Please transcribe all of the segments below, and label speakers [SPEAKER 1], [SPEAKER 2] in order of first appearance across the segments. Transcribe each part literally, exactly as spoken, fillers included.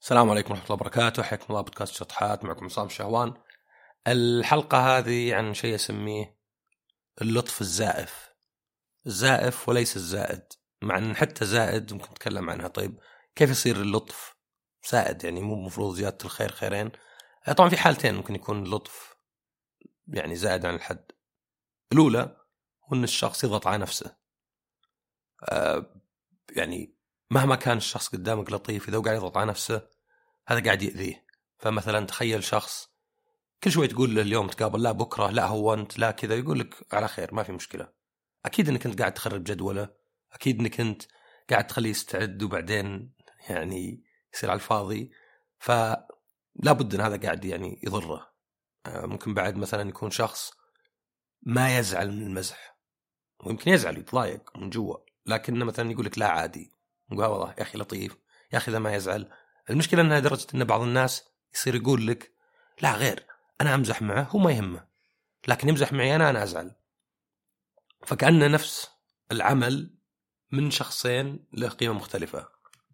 [SPEAKER 1] السلام عليكم ورحمة الله وبركاته. حياكم الله بودكاست شطحات، معكم عصام شهوان. الحلقة هذه عن شيء اسميه اللطف الزائف الزائف وليس الزائد، مع أن حتى زائد ممكن نتكلم عنها. طيب كيف يصير اللطف زائد؟ يعني مو مفروض زيادة الخير خيرين؟ طبعا في حالتين ممكن يكون اللطف يعني زائد عن الحد. الأولى هو أن الشخص يضغط على نفسه، آه يعني مهما كان الشخص قدامك لطيف، إذا هو قاعد يضغط على نفسه هذا قاعد يأذيه. فمثلا تخيل شخص كل شوي تقول له اليوم تقابل، لا بكرة، لا هو أنت، لا كذا، يقول لك على خير ما في مشكلة. أكيد أنك أنت قاعد تخرب جدوله، أكيد أنك أنت قاعد تخليه يستعد وبعدين يعني يصير على الفاضي. فلا بد أن هذا قاعد يعني يضره. ممكن بعد مثلا يكون شخص ما يزعل من المزح، ويمكن يزعل ويتضايق من جوا، لكنه مثلا يقول لك لا عادي، يقول والله يا أخي لطيف، يا أخي ذا ما يزعل. المشكلة أنها درجة أن بعض الناس يصير يقول لك لا غير، أنا أمزح معه هو ما يهمه، لكن يمزح معي أنا أنا أزعل. فكأن نفس العمل من شخصين له قيمة مختلفة.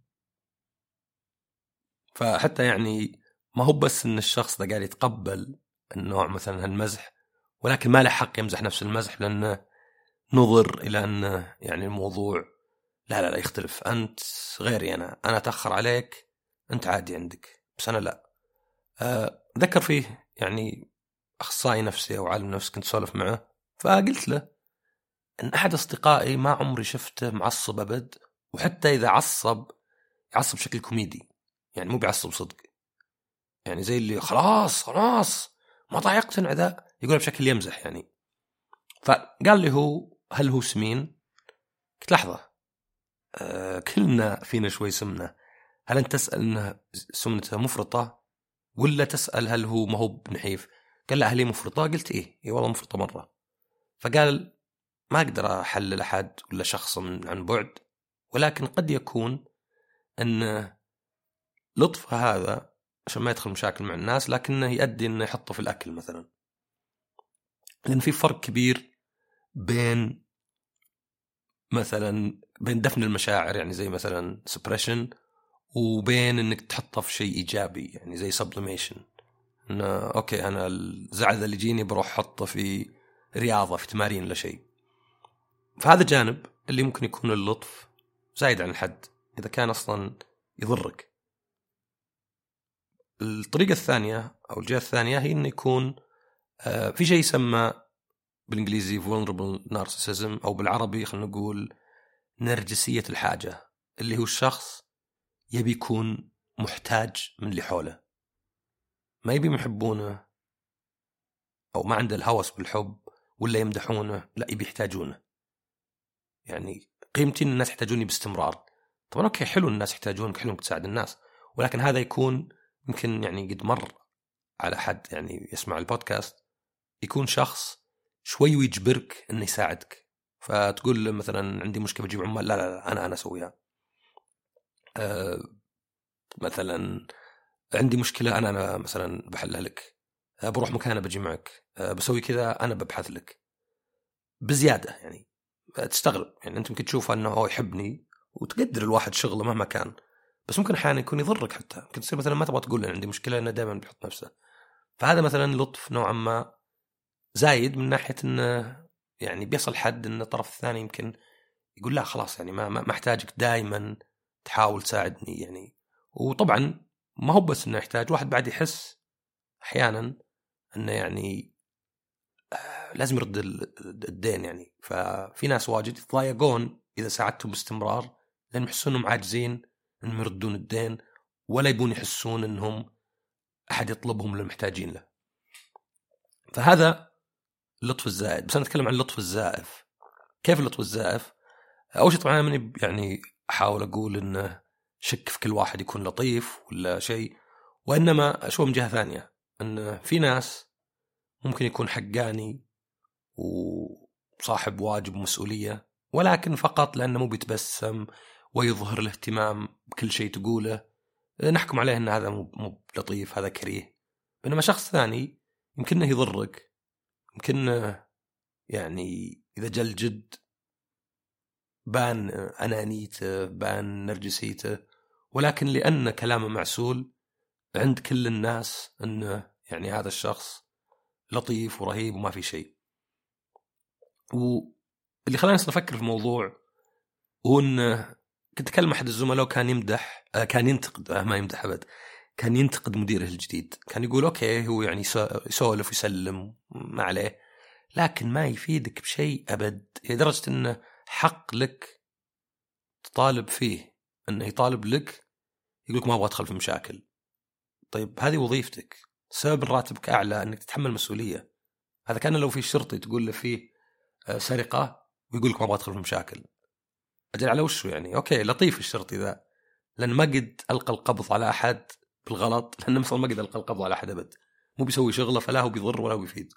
[SPEAKER 1] فحتى يعني ما هو بس أن الشخص ده قاعد يتقبل النوع مثلا هالمزح، ولكن ما له حق يمزح نفس المزح، لأنه نظر إلى أنه يعني الموضوع لا لا لا يختلف، أنت غيري، أنا أنا أتأخر عليك، أنت عادي عندك بس أنا لا. أه ذكر فيه يعني أخصائي نفسي أو عالم نفس كنت سولف معه، فقلت له أن أحد أصدقائي ما عمري شفته معصب أبد، وحتى إذا عصب يعصب بشكل كوميدي، يعني مو بيعصب صدق، يعني زي اللي خلاص خلاص ما طاع يقتنع ذا، يقول بشكل يمزح يعني. فقال لي هو هل هو سمين؟ قلت لحظة، أه كلنا فينا شوي سمنة، هل أنت تسأل أنه سمنته مفرطة ولا تسأل هل هو ما هو بنحيف؟ قال لا، هل هي مفرطة؟ قلت إيه إيه والله مفرطة مرة. فقال ما أقدر أحلل أحد ولا شخص من عن بعد، ولكن قد يكون أن لطف هذا عشان ما يدخل مشاكل مع الناس، لكنه يؤدي أنه يحطه في الأكل مثلا. لأن في فرق كبير بين مثلا بين دفن المشاعر، يعني زي مثلا suppression، وبين أنك تحطه في شيء إيجابي، يعني زي sublimation. أنه أوكي أنا الزعل اللي يجيني بروح حطه في رياضة، في تمارين لا شيء. فهذا جانب اللي ممكن يكون اللطف زايد عن الحد إذا كان أصلا يضرك. الطريقة الثانية أو الجهة الثانية هي أنه يكون في شيء يسمى بالإنجليزي vulnerable narcissism، أو بالعربي خلينا نقول نرجسية الحاجة، اللي هو الشخص يبي يكون محتاج من اللي حوله، ما يبي يحبونه أو ما عنده الهوس بالحب ولا يمدحونه، لا يبي يحتاجونه. يعني قيمتي إن الناس يحتاجوني باستمرار. طبعا أوكي حلو الناس يحتاجونك، حلو تساعد الناس، ولكن هذا يكون يمكن يعني قد مر على حد يعني يسمع البودكاست، يكون شخص شوي ويجبرك إنه يساعدك. فتقول له مثلا عندي مشكلة بجيب عمال، لا لا لا أنا أنا أسويها. أه مثلا عندي مشكلة أنا أنا مثلا بحلها لك، أه بروح مكان بجي معك، أه بسوي كذا أنا ببحث لك بزيادة. يعني تستغرب، يعني أنت ممكن تشوف أنه هو يحبني وتقدر الواحد شغله مهما كان، بس ممكن أحيانا يكون يضرك، حتى ممكن تصير مثلا ما تبغى تقول له عندي مشكلة، لأنه دائما بيحط نفسه. فهذا مثلا لطف نوعا ما زايد، من ناحية أنه يعني بيصل حد أن الطرف الثاني يمكن يقول لا خلاص، يعني ما ما احتاجك دائما تحاول تساعدني يعني. وطبعا ما هو بس أنه يحتاج، واحد بعد يحس أحيانا أنه يعني لازم يرد الدين يعني. ففي ناس واجد يتضايقون إذا ساعدتهم باستمرار، لأن يحسون أنهم عاجزين أنهم يردون الدين، ولا يبون يحسون أنهم أحد يطلبهم للمحتاجين له. فهذا اللطف الزائد. بس أنا أتكلم عن اللطف الزائف. كيف اللطف الزائف؟ أول شيء طبعا أنا مني يعني أحاول أقول أنه شك في كل واحد يكون لطيف ولا شيء، وإنما أشوف من جهة ثانية أن في ناس ممكن يكون حقاني وصاحب واجب ومسؤولية، ولكن فقط لأنه مو بيتبسم ويظهر الاهتمام بكل شيء تقوله نحكم عليه أن هذا مو لطيف، هذا كريه. بينما شخص ثاني يمكنه يضرك، يمكنه يعني إذا جل جد بان أنانيته، بان نرجسيته، ولكن لأن كلامه معسول عند كل الناس أنه يعني هذا الشخص لطيف ورهيب وما في شيء. واللي خلاني أفكر في الموضوع هو أنه كنت أكلم أحد الزملاء وكان يمدح كان ينتقد ما يمدح أبد كان ينتقد مديره الجديد. كان يقول أوكي هو يعني يسولف ويسلم ما عليه، لكن ما يفيدك بشيء أبد، لدرجة أنه حق لك تطالب فيه أنه يطالب لك يقولك ما أبغى أدخل في مشاكل. طيب هذه وظيفتك، سبب راتبك أعلى أنك تتحمل مسؤولية. هذا كان لو في شرطي تقول له فيه سرقة ويقولك ما أبغى أدخل في مشاكل، أجل على وشه يعني. أوكي لطيف الشرطي ذا لأن ما قد ألقى القبض على أحد بالغلط، لأنه مثلا ما قد ألقى القبض على أحد أبد، مو بيسوي شغله فلا هو بيضر ولا هو بيفيد.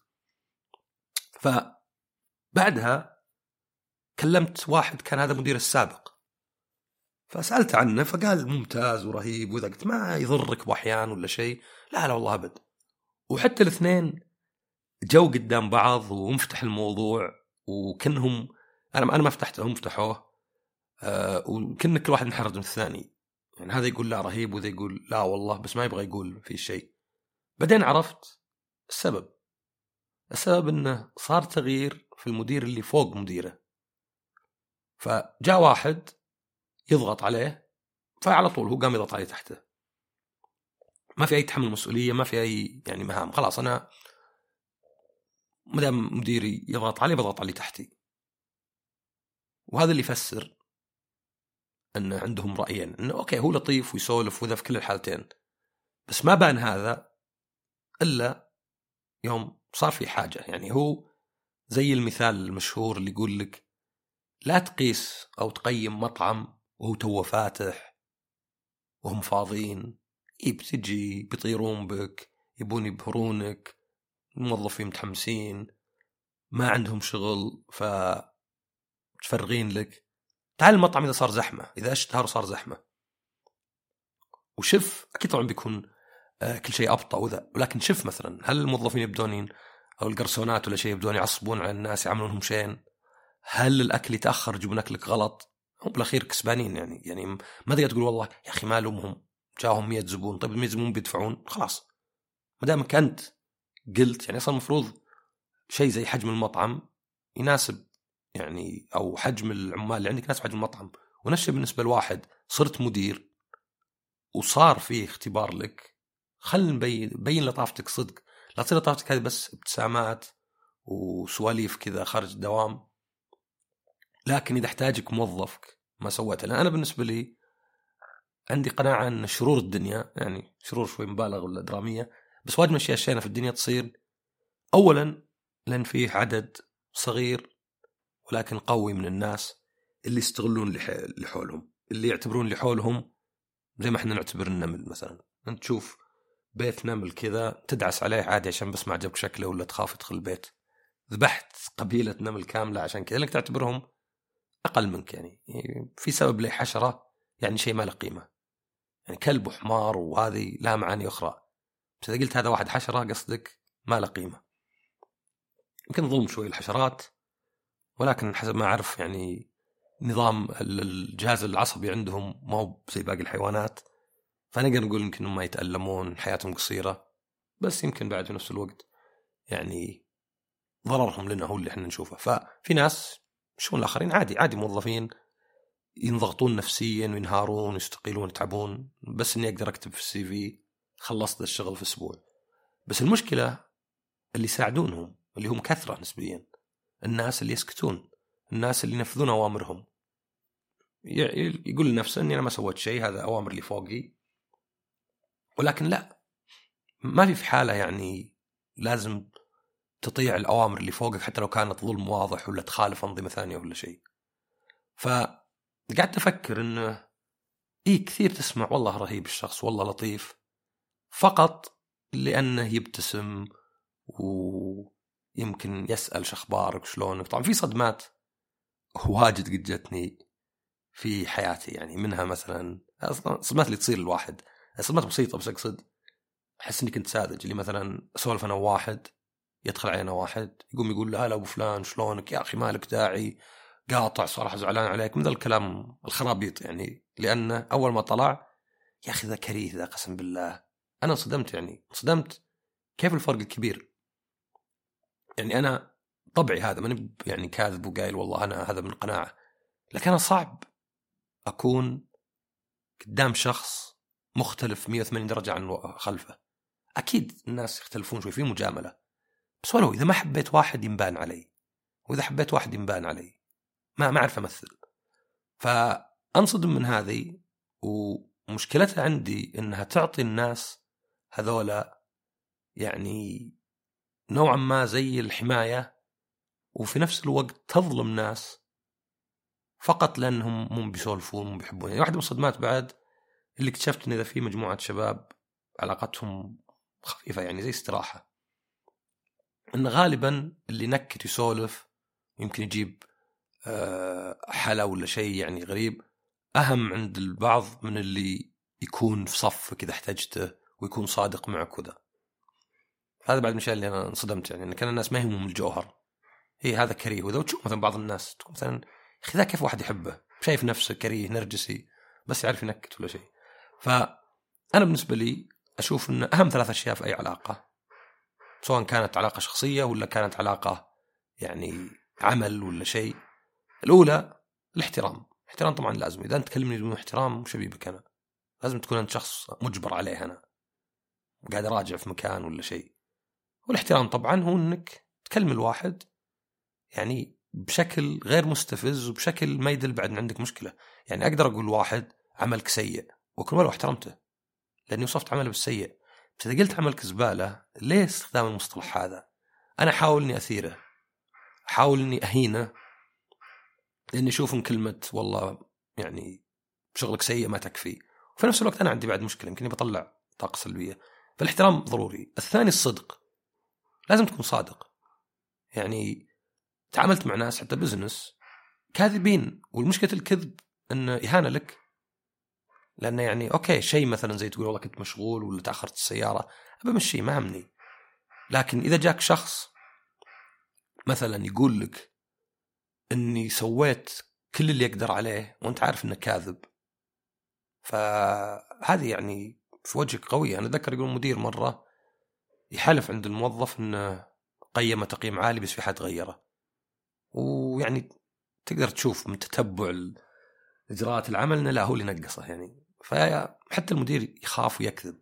[SPEAKER 1] فبعدها كلمت واحد كان هذا مدير السابق، فسألت عنه فقال ممتاز ورهيب وذا. قلت ما يضرك بأحيان ولا شيء؟ لا لا والله أبد. وحتى الاثنين جو قدام بعض ومفتح الموضوع وكنهم أنا أنا ما فتحته هم فتحوه، أه وكن كل واحد محرج من الثاني. يعني هذا يقول لا رهيب وذا يقول لا والله، بس ما يبغى يقول في شيء. بعدين عرفت السبب. السبب أنه صار تغيير في المدير اللي فوق مديره، فجاء واحد يضغط عليه فعلى طول هو قام يضغط عليه تحته. ما في أي تحمل مسؤولية، ما في أي يعني مهام. خلاص أنا مدام مديري يضغط علي بضغط علي تحتي. وهذا اللي يفسر أن عندهم رأيين، أنه أوكي هو لطيف ويسولف وذا في كل الحالتين، بس ما بان هذا إلا يوم صار في حاجة. يعني هو زي المثال المشهور اللي يقول لك لا تقيس أو تقيم مطعم وهو تو فاتح وهم فاضيين، يبتجي بيطيرون بك، يبون يبهرونك، الموظفين متحمسين ما عندهم شغل فتفرغين لك. تعال المطعم إذا صار زحمة، إذا اشتهر صار زحمة وشف، أكيد طبعا بيكون آه كل شيء أبطأ وذا، ولكن شف مثلا هل الموظفين يبدونين أو القرصونات ولا شيء يبدون يعصبون على الناس يعملونهم شين؟ هل الأكل يتأخر يجيبون أكلك غلط؟ هم بالأخير كسبانين يعني. يعني ما تقدر تقول والله يا أخي ما لومهم جاهم مية زبون. طيب المية زبون بيدفعون خلاص، ما دامك أنت قلت يعني. أصلا المفروض شيء زي حجم المطعم يناسب يعني، أو حجم العمال اللي عندك يناسب حجم المطعم. ونفس بالنسبة لواحد صرت مدير وصار فيه اختبار لك، خل نبين بين لطافتك صدق. لا تصير لطافتك هذه بس ابتسامات وسواليف كذا خارج الدوام. لكن إذا احتاجك موظفك ما سويته. لأن أنا بالنسبة لي عندي قناعة أن شرور الدنيا، يعني شرور شوي مبالغ ولا درامية، بس واجد من الأشياء الشينة في الدنيا تصير أولا لأن فيه عدد صغير ولكن قوي من الناس اللي يستغلون اللي حولهم، اللي يعتبرون اللي حولهم زي ما احنا نعتبر النمل. مثلا أنت تشوف بيت نمل كذا تدعس عليه عادي عشان بس ما عجبك شكله ولا تخاف تدخل البيت. ذبحت قبيلة نمل كاملة عشان كذا، لأنك تعتبرهم أقل منك. يعني في سبب ليه حشرة يعني شيء ما له قيمة، يعني كلب وحمار وهذه لها معاني أخرى. بس إذا قلت هذا واحد حشرة قصدك ما له قيمة. يمكن ظلم شوي الحشرات، ولكن حسب ما أعرف يعني نظام الجهاز العصبي عندهم ما هو زي باقي الحيوانات، فنقدر نقول يمكن ما يتألمون، حياتهم قصيرة، بس يمكن بعد في نفس الوقت يعني ضررهم لنا هو اللي احنا نشوفه. ففي ناس شون الآخرين عادي عادي موظفين ينضغطون نفسيا وينهارون ويستقيلون ويتعبون، بس إني أقدر أكتب في السي في خلصت الشغل في أسبوع. بس المشكلة اللي يساعدونهم اللي هم كثرة نسبيا، الناس اللي يسكتون، الناس اللي ينفذون أوامرهم. يقول لنفسه أني أنا ما سويت شيء، هذا أوامر اللي فوقي. ولكن لا، ما في في حالة يعني لازم تطيع الأوامر اللي فوقك حتى لو كانت ظلم واضح ولا تخالف أنظمة ثانية ولا شيء. فقعدت أفكر أنه إيه كثير تسمع والله رهيب الشخص والله لطيف فقط لأنه يبتسم ويمكن يسأل شخبارك شلونك. طبعا في صدمات واجد قد جتني في حياتي، يعني منها مثلا صدمات اللي تصير الواحد، صدمات بسيطة بس أقصد أحس إني كنت ساذج. اللي مثلا أسولف أنا واحد يدخل علينا واحد يقوم يقول له هلا أبو فلان شلونك يا أخي مالك داعي قاطع صراحة زعلان عليك، من ذا الكلام الخرابيط. يعني لأنه أول ما طلع يا أخي ذا كريه ذا، قسم بالله أنا انصدمت، يعني انصدمت كيف الفرق الكبير. يعني أنا طبعي هذا ماني يعني كاذب وقايل والله أنا هذا من قناعة، لكن أنا صعب أكون قدام شخص مختلف مية وثمانين درجة عن خلفه. أكيد الناس يختلفون شوي في مجاملة، بس ولو إذا ما حبيت واحد ينبان علي، وإذا حبيت واحد ينبان علي، ما ما أعرف أمثل. فأنصدم من هذه، ومشكلتها عندي إنها تعطي الناس هذولا يعني نوعا ما زي الحماية، وفي نفس الوقت تظلم ناس فقط لأنهم مو بيسولفون مو بيحبون. يعني واحدة من الصدمات بعد اللي اكتشفت إن إذا في مجموعة شباب علاقتهم خفيفة يعني زي استراحة، إن غالبا اللي نكت يسولف يمكن يجيب حلا ولا شيء يعني غريب أهم عند البعض من اللي يكون في صفك إذا احتجته ويكون صادق معك وذا. هذا بعد مشان اللي أنا انصدمت، يعني إن كان الناس ما يهمهم الجوهر، هي هذا كريه. وذا وتشوف مثلا بعض الناس تقول مثلا أخي ذا كيف واحد يحبه، شايف نفسه كريه نرجسي بس يعرف ينكت ولا شيء. فأنا بالنسبة لي أشوف أن أهم ثلاث أشياء في أي علاقة، سواء كانت علاقة شخصية ولا كانت علاقة يعني عمل ولا شيء. الأولى الاحترام. احترام طبعا لازم، إذا أنت تكلمني بدون احترام شبيبك أنا، لازم تكون أنت شخص مجبر عليه، أنا قاعد أراجع في مكان ولا شيء. والاحترام طبعا هو أنك تكلم الواحد يعني بشكل غير مستفز وبشكل ما يدل بعد أن عندك مشكلة. يعني أقدر أقول واحد عملك سيء وكل ولو احترمته لأني وصفت عمله بالسيء، بس إذا قلت عملك زبالة ليه استخدام المصطلح هذا؟ أنا أحاول أني أثيره، أحاول أني أهينه، لأني أشوف إن كلمة والله يعني شغلك سيء ما تكفي. وفي نفس الوقت أنا عندي بعد مشكلة يمكن بطلع طاقة سلبية، فالاحترام ضروري. الثاني الصدق، لازم تكون صادق. يعني تعاملت مع ناس حتى بزنس كاذبين، والمشكلة الكذب إنه إهانة لك، لأنه يعني أوكي شيء مثلا زي تقول والله كنت مشغول ولا تأخرت السيارة أبمشي ما همني، لكن إذا جاك شخص مثلا يقول لك إني سويت كل اللي يقدر عليه وأنت عارف إنه كاذب، فهذه يعني في وجهك قوية. أنا أذكر يقول المدير مرة يحلف عند الموظف إنه قيم تقييم عالي بس في حد غيره، ويعني تقدر تشوف من تتبع إجراءات العمل إنه لا هو اللي نقصه يعني. فحتى المدير يخاف ويكذب.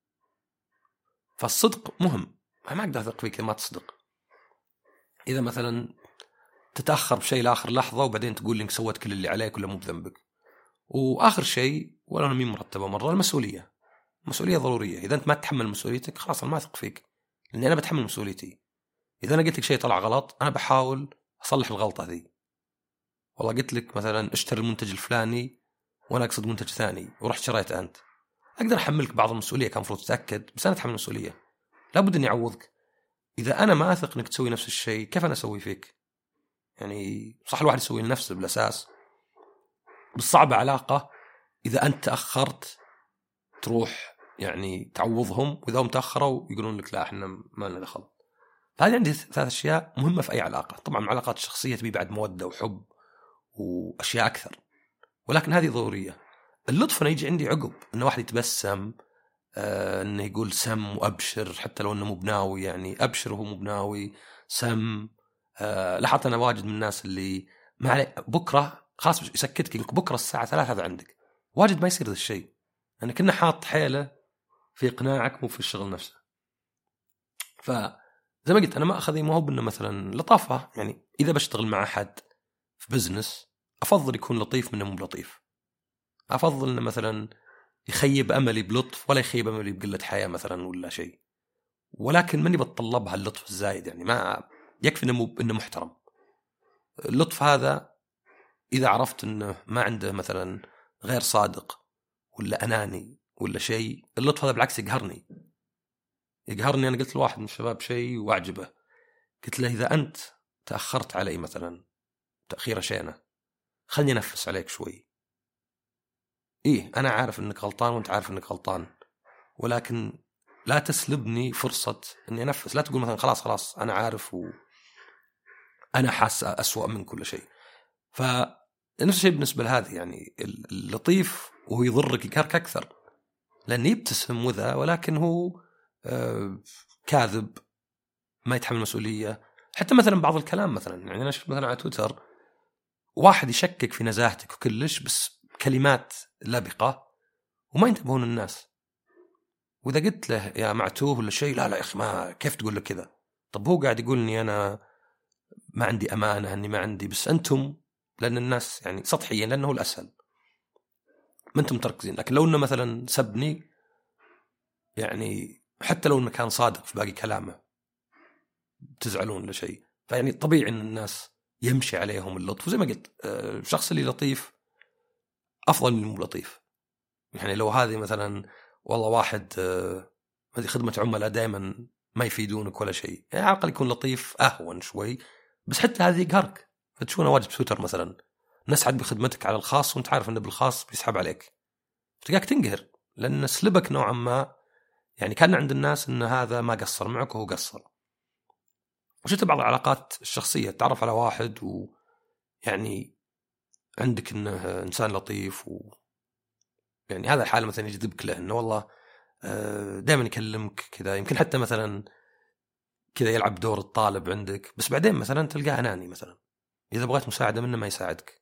[SPEAKER 1] فالصدق مهم، ما أقدر أثق فيك ما تصدق. إذا مثلا تتأخر بشيء لآخر لحظة وبعدين تقول لك سويت كل اللي عليك ولا مو بذنبك. وآخر شيء ولا أنا مين مرتبة مرة، المسؤولية. مسؤولية ضرورية. إذا أنت ما تتحمل مسؤوليتك خلاص أنا ما أثق فيك، لأني أنا بتحمل مسؤوليتي. إذا أنا قلت لك شيء طلع غلط أنا بحاول أصلح الغلطة ذي. والله قلت لك مثلا اشتري المنتج الفلاني وأنا أقصد منتج ثاني ورحت شريت أنت، أقدر أحملك بعض المسؤولية، كان مفروض تتأكد، بس أنا أتحمل المسؤولية، لابد أني أعوضك. إذا أنا ما أثق أنك تسوي نفس الشيء كيف أنا أسوي فيك؟ يعني صح الواحد يسوي لنفسه بالأساس، بالصعب علاقة إذا أنت تأخرت تروح يعني تعوضهم، وإذا هم تأخروا يقولون لك لا إحنا ما لنا دخل. فهذه عندي ثلاث أشياء مهمة في أي علاقة. طبعا العلاقات الشخصية تبي بعد مودة وحب وأشياء أكثر، ولكن هذه ضرورية. اللطف أنا يجي عندي عقب إنه واحد يتبسم، آه إنه يقول سم وأبشر حتى لو إنه مو بناوي، يعني أبشر وهو مو بناوي سم. آه لاحظت أنا واجد من الناس اللي ما علي بكرة خلاص يسكتك يقولك بكرة الساعة ثلاثة هذا عندك، واجد ما يصير ذا الشيء، أنا كنا حاط حيلة في إقناعك مو في الشغل نفسه. فزي ما قلت أنا ما أخذي موهوب إنه مثلا لطافة، يعني إذا بشتغل مع أحد في بزنس أفضل يكون لطيف منه مو لطيف. أفضل إنه مثلا يخيب أملي بلطف ولا يخيب أملي بقلة حياة مثلا ولا شيء، ولكن ماني بتطلبها اللطف الزايد، يعني ما يكفي إنه إنه محترم. اللطف هذا إذا عرفت إنه ما عنده مثلا غير صادق ولا أناني ولا شيء، اللطف هذا بالعكس يقهرني يقهرني أنا قلت لواحد من الشباب شيء وأعجبه، قلت له إذا أنت تأخرت علي مثلا تأخير شينة خلني أنفس عليك شوي. إيه أنا عارف أنك غلطان وأنت عارف أنك غلطان، ولكن لا تسلبني فرصة أني أنفس. لا تقول مثلا خلاص خلاص أنا عارف وأنا حاس أسوأ من كل شيء. فنفس الشيء بالنسبة لهذه، يعني اللطيف وهو يضرك يكرك أكثر، لأنه يبتسم وذا ولكن هو آه كاذب، ما يتحمل مسؤولية. حتى مثلا بعض الكلام مثلا، يعني أنا شفت مثلا على تويتر واحد يشكك في نزاهتك وكلش، بس كلمات لبقة وما ينتبهون الناس. وإذا قلت له يا معتوه ولا شيء، لا لا يا أخي ما كيف تقول له كذا. طب هو قاعد يقولني أنا ما عندي أمانة، أني ما عندي، بس أنتم لأن الناس يعني سطحيا لأنه الأسهل ما أنتم مركزين. لكن لو أنه مثلا سبني، يعني حتى لو أنه كان صادق في باقي كلامه تزعلون لشيء. فيعني طبيعي أن الناس يمشي عليهم اللطف. وزي ما قلت الشخص اللي لطيف أفضل من مو لطيف. يعني لو هذه مثلا والله واحد هذه خدمة عملاء دائما ما يفيدونك ولا شيء، يعني على الأقل يكون لطيف أهون شوي. بس حتى هذه يقهرك، فتشوفنا واجد بتويتر مثلا نسعد بخدمتك على الخاص وانت عارف أنه بالخاص بيسحب عليك، تلقاك تنقهر لأن سلبك نوعا ما. يعني كان عند الناس أن هذا ما قصر معك وهو قصر. وشفت بعض العلاقات الشخصية، تعرف على واحد ويعني عندك أنه إنسان لطيف، و يعني هذا الحالة مثلا يجذبك له، أنه والله دائما يكلمك كذا، يمكن حتى مثلا كذا يلعب دور الطالب عندك، بس بعدين مثلا تلقاه أناني مثلا، إذا بغيت مساعدة منه ما يساعدك.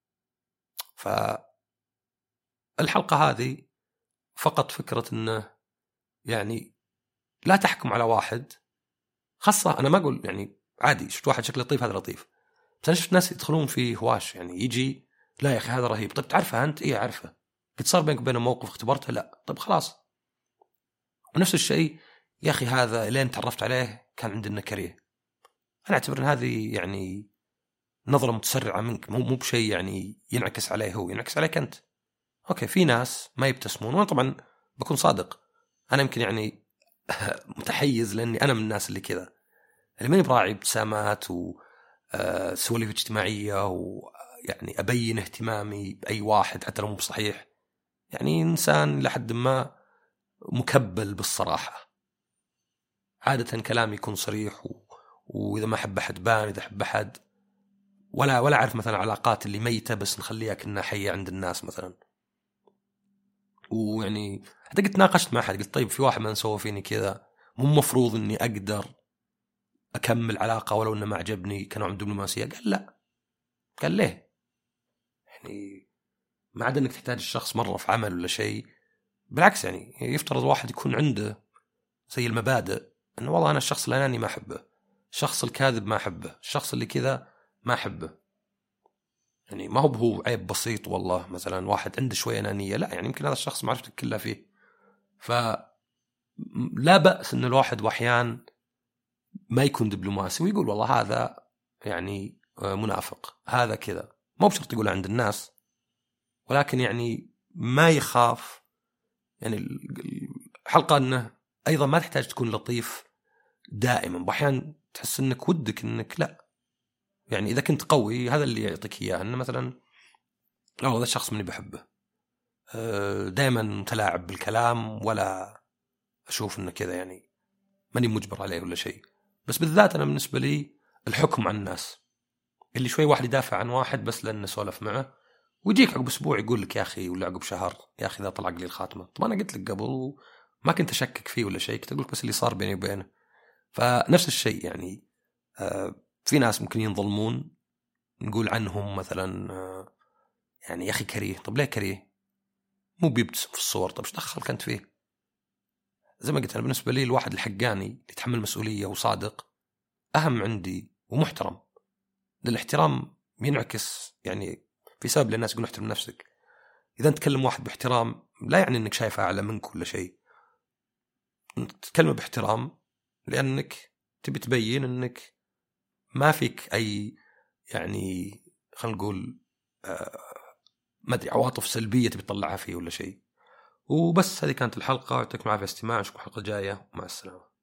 [SPEAKER 1] فالحلقة هذه فقط فكرة أنه يعني لا تحكم على واحد، خاصة أنا ما أقول يعني عادي شفت واحد شكله لطيف هذا لطيف، بس أنا شفت ناس يدخلون في هواش، يعني يجي لا يا أخي هذا رهيب. طيب تعرفه أنت؟ إيه أعرفه. قد صار بينك وبينه موقف اختبرته؟ لا. طيب خلاص. ونفس الشيء يا أخي هذا لين تعرفت عليه كان عندنا كريه. أنا أعتبر أن هذه يعني نظرة متسرعة منك، مو مو بشيء يعني ينعكس عليه هو، ينعكس عليك أنت. أوكي في ناس ما يبتسمون، وأنا طبعا بكون صادق، أنا يمكن يعني متحيز لأني أنا من الناس اللي كذا، اللي ما براعي ابتسامات وسواليف اجتماعية، ويعني أبين اهتمامي بأي واحد حتى لو مو بصحيح. يعني إنسان لحد ما مكبل بالصراحة، عادة كلامي يكون صريح، و... وإذا ما أحب أحد بان، إذا أحب أحد ولا ولا أعرف مثلا علاقات اللي ميتة بس نخليها كنا حية عند الناس مثلا. ويعني حتى قلت ناقشت مع أحد، قلت طيب في واحد ما نسوي فيني كذا، مو مفروض إني أقدر أكمل علاقة ولو إنه ما عجبني كنوع من الدبلوماسية؟ قال لا. قال ليه؟ يعني ما عدا إنك تحتاج الشخص مرة في عمل ولا شيء، بالعكس يعني يفترض واحد يكون عنده زي المبادئ، إنه والله أنا الشخص الأناني ما أحبه، الشخص الكاذب ما أحبه، الشخص اللي كذا ما أحبه. يعني ما هو بهو عيب بسيط والله مثلا واحد عنده شوية أنانية، لا يعني يمكن هذا الشخص معرفتك كلها فيه. فلا بأس إن الواحد وأحيان ما يكون دبلوماسي ويقول والله هذا يعني منافق، هذا كذا، ما بشرط يقول عند الناس، ولكن يعني ما يخاف. يعني الحلقة أنه أيضا ما تحتاج تكون لطيف دائما، بأحيان تحس أنك ودك أنك لا، يعني إذا كنت قوي هذا اللي يعطيك إياه، أنه مثلا لا هذا الشخص مني بحبه، دائما متلاعب بالكلام، ولا أشوف أنه كذا يعني ماني مجبر عليه ولا شيء. بس بالذات أنا بالنسبة لي الحكم عن الناس، اللي شوي واحد يدافع عن واحد بس لأنه سولف معه، ويجيك عقب أسبوع يقول لك يا أخي، ولا عقب شهر يا أخي ذا طلع لي الخاتمة. طب أنا قلت لك قبل ما كنت أشكك فيه ولا شيء، كنت أقول لك بس اللي صار بيني وبينه. فنفس الشيء يعني في ناس ممكن ينظلمون نقول عنهم مثلا يعني يا أخي كريه. طب ليه كريه؟ مو بيبتسم في الصور، طب ايش دخلك أنت فيه؟ زي ما قلت أنا بالنسبة لي الواحد الحقاني اللي يتحمل مسؤولية وصادق أهم عندي ومحترم. للاحترام ينعكس يعني في سبب للناس يقولون احترم نفسك. إذا تكلم واحد باحترام لا يعني أنك شايفه أعلى منك ولا شيء، تكلمه باحترام لأنك تبي تبين أنك ما فيك أي يعني خلينا نقول آه ما أدري عواطف سلبية تبي تطلعها فيه ولا شيء. وبس هذه كانت الحلقة، يعطيكم العافية استماع، نشوفكم الحلقة الجاية، مع السلامة.